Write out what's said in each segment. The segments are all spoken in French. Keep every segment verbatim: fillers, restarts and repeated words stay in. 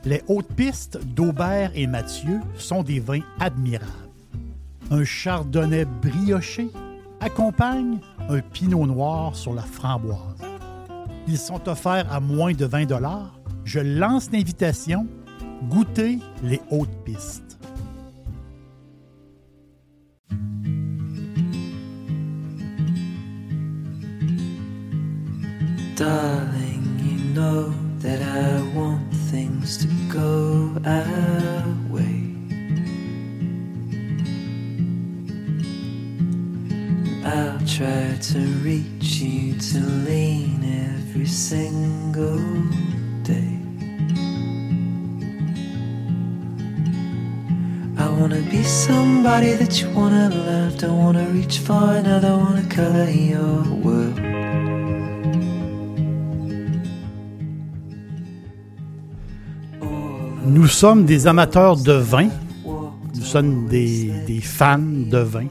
Les hautes pistes d'Aubert et Mathieu sont des vins admirables. Un chardonnay brioché accompagne un pinot noir sur la framboise. Ils sont offerts à moins de vingt dollars. Je lance l'invitation. Goûtez les hautes pistes. Darling, you know that I want things to go our way. I'll try to reach you to lean every single day. I wanna be somebody that you wanna love. Don't wanna reach for another, wanna color your world. Nous sommes des amateurs de vin. Nous sommes des, des fans de vin.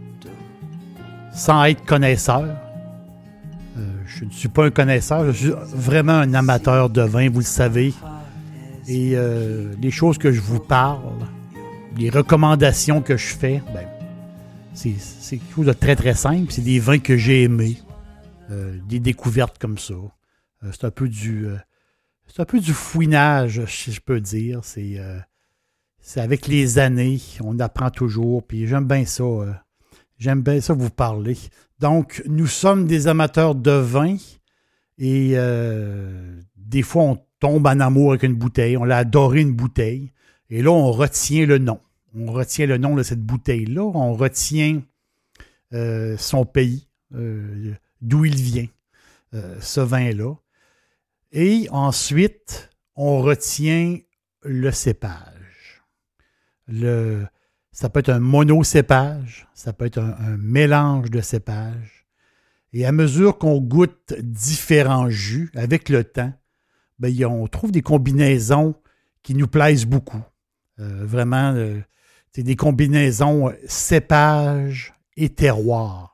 Sans être connaisseur. Euh, je ne suis pas un connaisseur, je suis vraiment un amateur de vin, vous le savez. Et euh, les choses que je vous parle, les recommandations que je fais, ben, c'est, c'est quelque chose de très très simple. C'est des vins que j'ai aimés. Euh, des découvertes comme ça. Euh, c'est un peu du... Euh, C'est un peu du fouinage, si je peux dire. C'est, euh, c'est avec les années, on apprend toujours. Puis j'aime bien ça. Euh, j'aime bien ça vous parler. Donc, nous sommes des amateurs de vin. Et euh, des fois, on tombe en amour avec une bouteille. On l'a adoré une bouteille. Et là, on retient le nom. On retient le nom de cette bouteille-là. On retient euh, son pays, euh, d'où il vient, euh, ce vin-là. Et ensuite, on retient le cépage. Le, ça peut être un monocépage, ça peut être un, un mélange de cépages. Et à mesure qu'on goûte différents jus, avec le temps, ben, on trouve des combinaisons qui nous plaisent beaucoup. Euh, vraiment, euh, c'est des combinaisons cépage et terroir.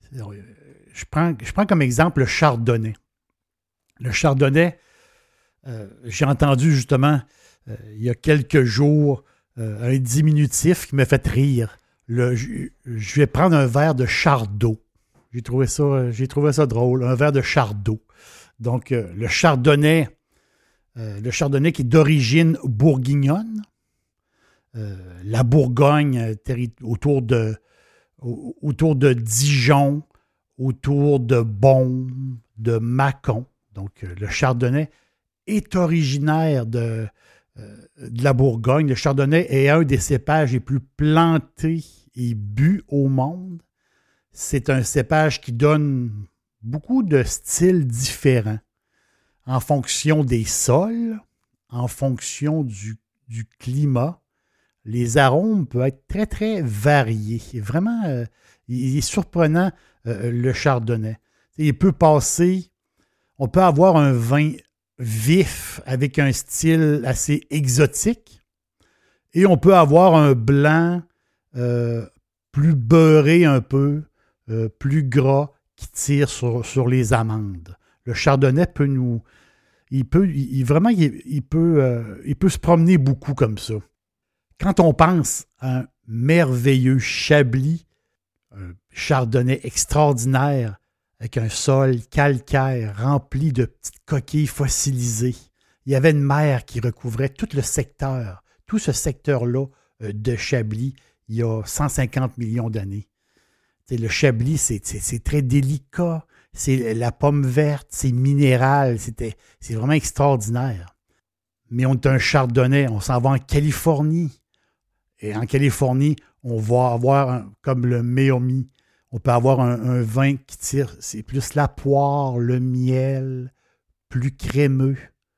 Je prends, je prends comme exemple le chardonnay. Le chardonnay, euh, j'ai entendu justement euh, il y a quelques jours euh, un diminutif qui m'a fait rire. Le, je, je vais prendre un verre de chardot. J'ai trouvé ça, j'ai trouvé ça drôle, un verre de chardot. Donc, euh, le chardonnay, euh, le chardonnay qui est d'origine bourguignonne. Euh, la Bourgogne, terri- autour de, au, autour de Dijon, autour de Beaume, de Mâcon. Donc, euh, le chardonnay est originaire de, euh, de la Bourgogne. Le chardonnay est un des cépages les plus plantés et bu au monde. C'est un cépage qui donne beaucoup de styles différents en fonction des sols, en fonction du, du climat. Les arômes peuvent être très, très variés. Vraiment, euh, il est surprenant, euh, le chardonnay. Il peut passer... On peut avoir un vin vif avec un style assez exotique et on peut avoir un blanc euh, plus beurré un peu, euh, plus gras, qui tire sur, sur les amandes. Le chardonnay peut nous... Il peut, il, vraiment, il, il, peut, euh, il peut se promener beaucoup comme ça. Quand on pense à un merveilleux chablis, un chardonnay extraordinaire, avec un sol calcaire rempli de petites coquilles fossilisées. Il y avait une mer qui recouvrait tout le secteur, tout ce secteur-là de Chablis, il y a cent cinquante millions d'années. T'sais, le Chablis, c'est, c'est, c'est très délicat, c'est la pomme verte, c'est minéral, c'était, c'est vraiment extraordinaire. Mais on est un chardonnay, on s'en va en Californie. Et en Californie, on va avoir, un, comme le Meiomi, on peut avoir un, un vin qui tire, c'est plus la poire, le miel, plus crémeux.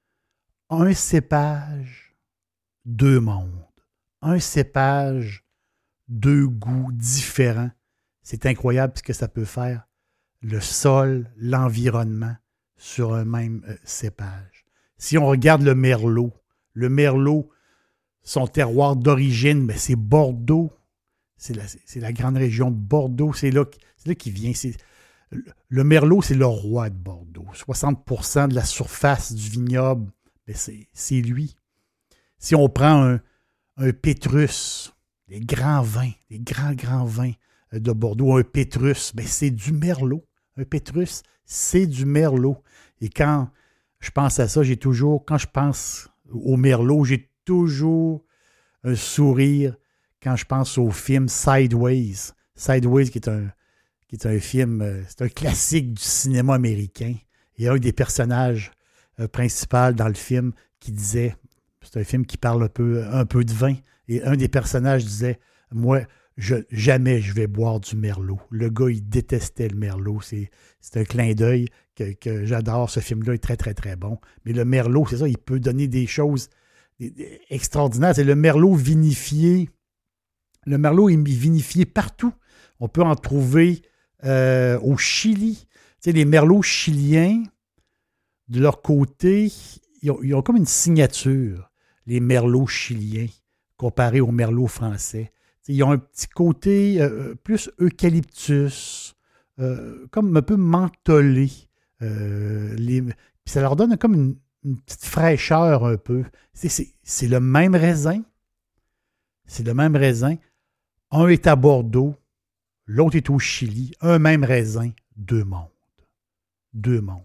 Un cépage, deux mondes. Un cépage, deux goûts différents. C'est incroyable ce que ça peut faire. Le sol, l'environnement sur un même euh, cépage. Si on regarde le merlot, le merlot, son terroir d'origine, ben c'est Bordeaux. C'est la, c'est la grande région de Bordeaux. C'est là, c'est là qu'il vient. C'est, le merlot, c'est le roi de Bordeaux. soixante pour cent de la surface du vignoble, ben c'est, c'est lui. Si on prend un, un Pétrus, des grands vins, des grands, grands vins de Bordeaux, un Pétrus, ben c'est du Merlot. Un Pétrus, c'est du Merlot. Et quand je pense à ça, j'ai toujours, quand je pense au Merlot, j'ai toujours un sourire quand je pense au film Sideways. Sideways, qui est un, qui est un film, euh, c'est un classique du cinéma américain. Il y a un des personnages euh, principaux dans le film qui disait, c'est un film qui parle un peu, un peu de vin, et un des personnages disait, moi, je, jamais je vais boire du Merlot. Le gars, il détestait le Merlot. C'est, c'est un clin d'œil que, que j'adore. Ce film-là est très, très, très bon. Mais le Merlot, c'est ça, il peut donner des choses des, des, extraordinaires. C'est le Merlot vinifié. Le Merlot est vinifié partout. On peut en trouver euh, au Chili. Tu sais, les Merlots chiliens, de leur côté, ils ont, ils ont comme une signature, les Merlots chiliens, comparés aux Merlots français. Ils ont un petit côté euh, plus eucalyptus, euh, comme un peu mentholé. Euh, les, puis ça leur donne comme une, une petite fraîcheur un peu. C'est, c'est, c'est le même raisin. C'est le même raisin. Un est à Bordeaux, l'autre est au Chili. Un même raisin, deux mondes. Deux mondes.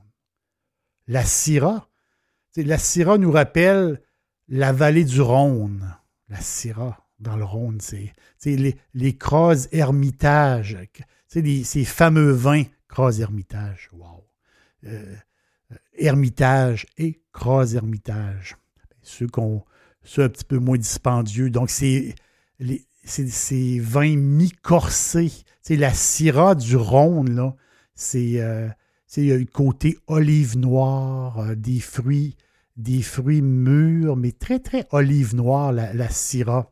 La Syrah, la Syrah nous rappelle la vallée du Rhône. La Syrah. Dans le Rhône, c'est, c'est les, les Crozes Hermitage, les, ces fameux vins Crozes Hermitage. Wow! Euh, Hermitage et Crozes Hermitage. Ceux, qu'on, ceux un petit peu moins dispendieux. Donc, c'est, les, c'est ces vins mi-corsés. C'est la Syrah du Rhône, là. C'est, euh, c'est le côté olive noire, euh, des fruits, des fruits mûrs, mais très, très olive noire, la, la Syrah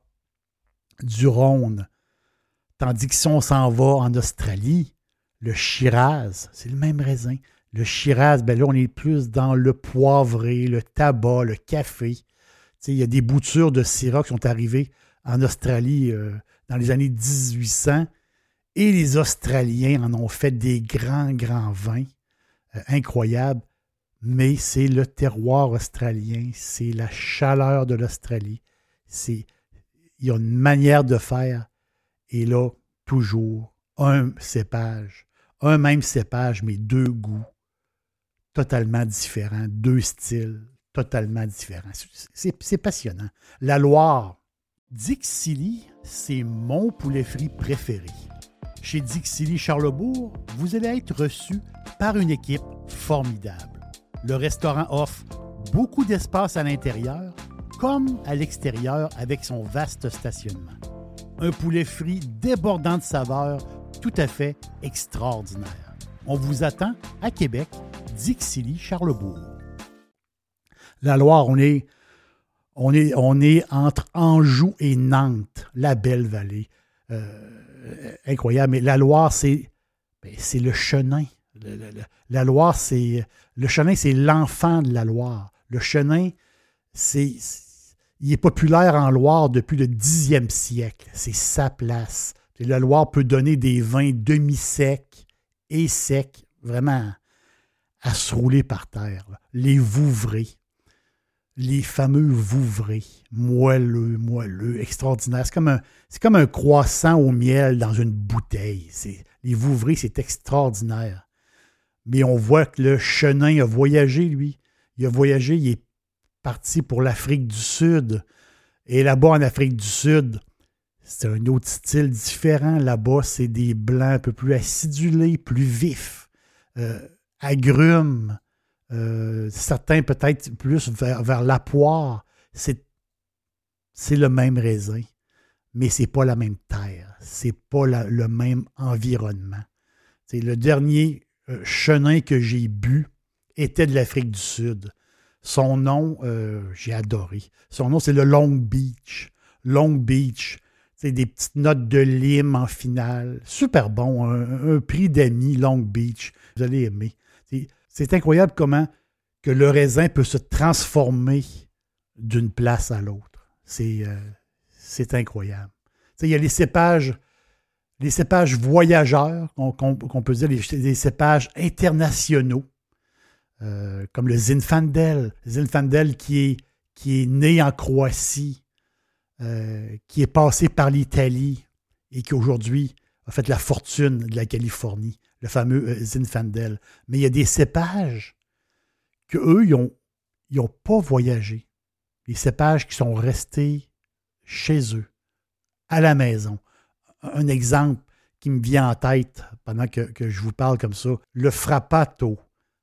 du Rhône. Tandis que si on s'en va en Australie, le Shiraz, c'est le même raisin. Le Shiraz, ben là, on est plus dans le poivré, le tabac, le café. Il y a des boutures de Syrah qui sont arrivées en Australie euh, dans les années dix-huit cents et les Australiens en ont fait des grands, grands vins euh, incroyables. Mais c'est le terroir australien, c'est la chaleur de l'Australie, c'est il y a une manière de faire, et là, toujours, un cépage, un même cépage, mais deux goûts totalement différents, deux styles totalement différents. C'est, c'est passionnant. La Loire, Dixilly, c'est mon poulet frit préféré. Chez Dixilly Charlebourg, vous allez être reçu par une équipe formidable. Le restaurant offre beaucoup d'espace à l'intérieur, comme à l'extérieur avec son vaste stationnement. Un poulet frit débordant de saveurs, tout à fait extraordinaire. On vous attend à Québec, Dixilly, Charlebourg. La Loire, on est, on est, on est entre Anjou et Nantes, la belle vallée. Euh, incroyable, mais la Loire, c'est, ben, c'est le Chenin. Le, le, le, la Loire, c'est... Le Chenin, c'est l'enfant de la Loire. Le Chenin, c'est... Il est populaire en Loire depuis le dixième siècle. C'est sa place. Et la Loire peut donner des vins demi-secs et secs, vraiment à se rouler par terre. Là. Les Vouvray, les fameux Vouvray, moelleux, moelleux, extraordinaires. C'est comme un, c'est comme un croissant au miel dans une bouteille. C'est, les Vouvray, c'est extraordinaire. Mais on voit que le Chenin a voyagé, lui. Il a voyagé, il est parti pour l'Afrique du Sud. Et là-bas, en Afrique du Sud, c'est un autre style différent. Là-bas, c'est des blancs un peu plus acidulés, plus vifs, euh, agrumes, euh, certains peut-être plus vers, vers la poire. C'est, c'est le même raisin, mais c'est pas la même terre. C'est pas la, le même environnement. C'est le dernier euh, Chenin que j'ai bu était de l'Afrique du Sud. Son nom, euh, j'ai adoré. Son nom, c'est le Long Beach. Long Beach. C'est des petites notes de lime en finale. Super bon. Un, un prix d'amis, Long Beach. Vous allez aimer. C'est, c'est incroyable comment que le raisin peut se transformer d'une place à l'autre. C'est, euh, c'est incroyable. Il y a les cépages, les cépages voyageurs, qu'on, qu'on, qu'on peut dire, les, les cépages internationaux. Euh, comme le Zinfandel. Zinfandel qui est, qui est né en Croatie, euh, qui est passé par l'Italie et qui aujourd'hui a fait la fortune de la Californie, le fameux euh, Zinfandel. Mais il y a des cépages qu'eux, ils n'ont ils ont pas voyagé. Les cépages qui sont restés chez eux, à la maison. Un exemple qui me vient en tête pendant que, que je vous parle comme ça, le Frappato.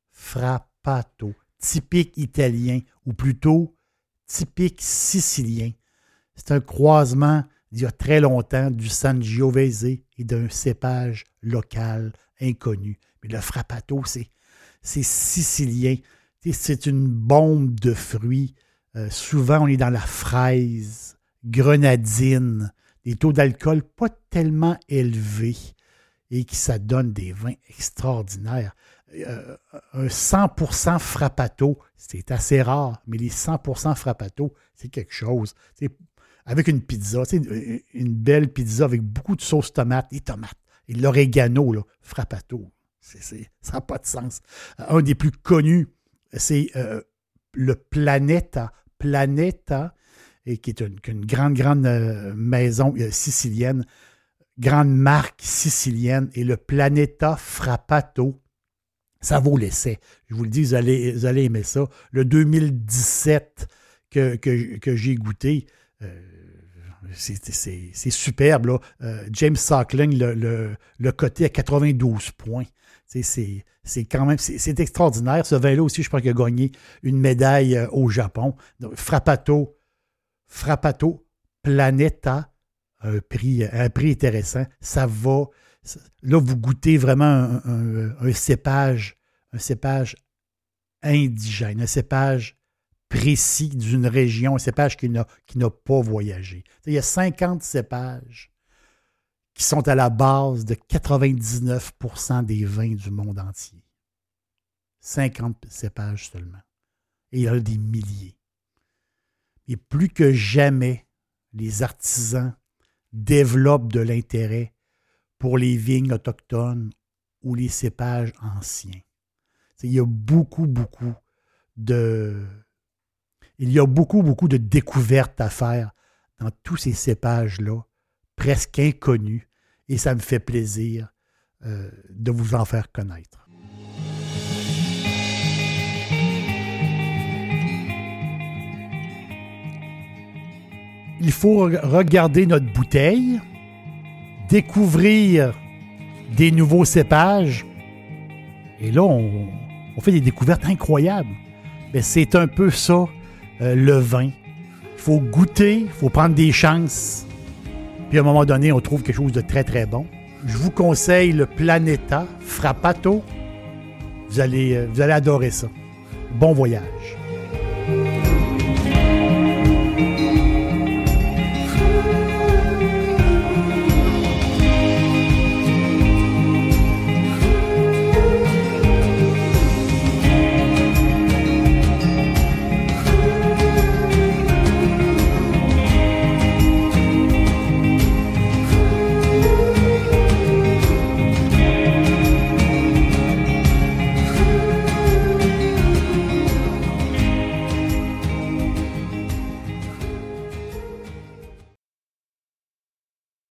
Frappato, typique italien, ou plutôt typique sicilien. C'est un croisement d'il y a très longtemps du Sangiovese et d'un cépage local inconnu. Mais le Frappato, c'est, c'est sicilien. C'est une bombe de fruits. Euh, souvent, on est dans la fraise, grenadine, des taux d'alcool pas tellement élevés et qui ça donne des vins extraordinaires. Euh, un cent pour cent Frappato, c'est assez rare, mais les cent pour cent Frappato, c'est quelque chose. C'est, avec une pizza, une belle pizza avec beaucoup de sauce tomate, des tomates, et l'orégano, là, Frappato, c'est, c'est, ça n'a pas de sens. Un des plus connus, c'est euh, le Planeta, Planeta, et qui est une, une grande, grande euh, maison euh, sicilienne, grande marque sicilienne, et le Planeta Frappato, ça vaut l'essai. Je vous le dis, vous allez, vous allez aimer ça. Le deux mille dix-sept que, que, que j'ai goûté, euh, c'est, c'est, c'est superbe. Là. Euh, James Suckling le, le, le coté à quatre-vingt-douze points. C'est, c'est, c'est quand même c'est, c'est extraordinaire. Ce vin-là aussi, je pense qu'il a gagné une médaille euh, au Japon. Donc, Frappato, Frappato Planeta, un prix, un prix intéressant. Ça va. Ça, là, vous goûtez vraiment un, un, un cépage, un cépage indigène, un cépage précis d'une région, un cépage qui n'a, qui n'a pas voyagé. Il y a cinquante cépages qui sont à la base de quatre-vingt-dix-neuf pour cent des vins du monde entier. cinquante cépages seulement. Et il y en a des milliers. Et plus que jamais, les artisans développent de l'intérêt pour les vignes autochtones ou les cépages anciens. Il y a beaucoup, beaucoup de... Il y a beaucoup, beaucoup de découvertes à faire dans tous ces cépages-là, presque inconnus, et ça me fait plaisir euh, de vous en faire connaître. Il faut regarder notre bouteille, découvrir des nouveaux cépages, et là, on, on fait des découvertes incroyables. Mais c'est un peu ça, euh, le vin. Il faut goûter, il faut prendre des chances. Puis à un moment donné, on trouve quelque chose de très, très bon. Je vous conseille le Planeta Frappato. Vous allez, vous allez adorer ça. Bon voyage.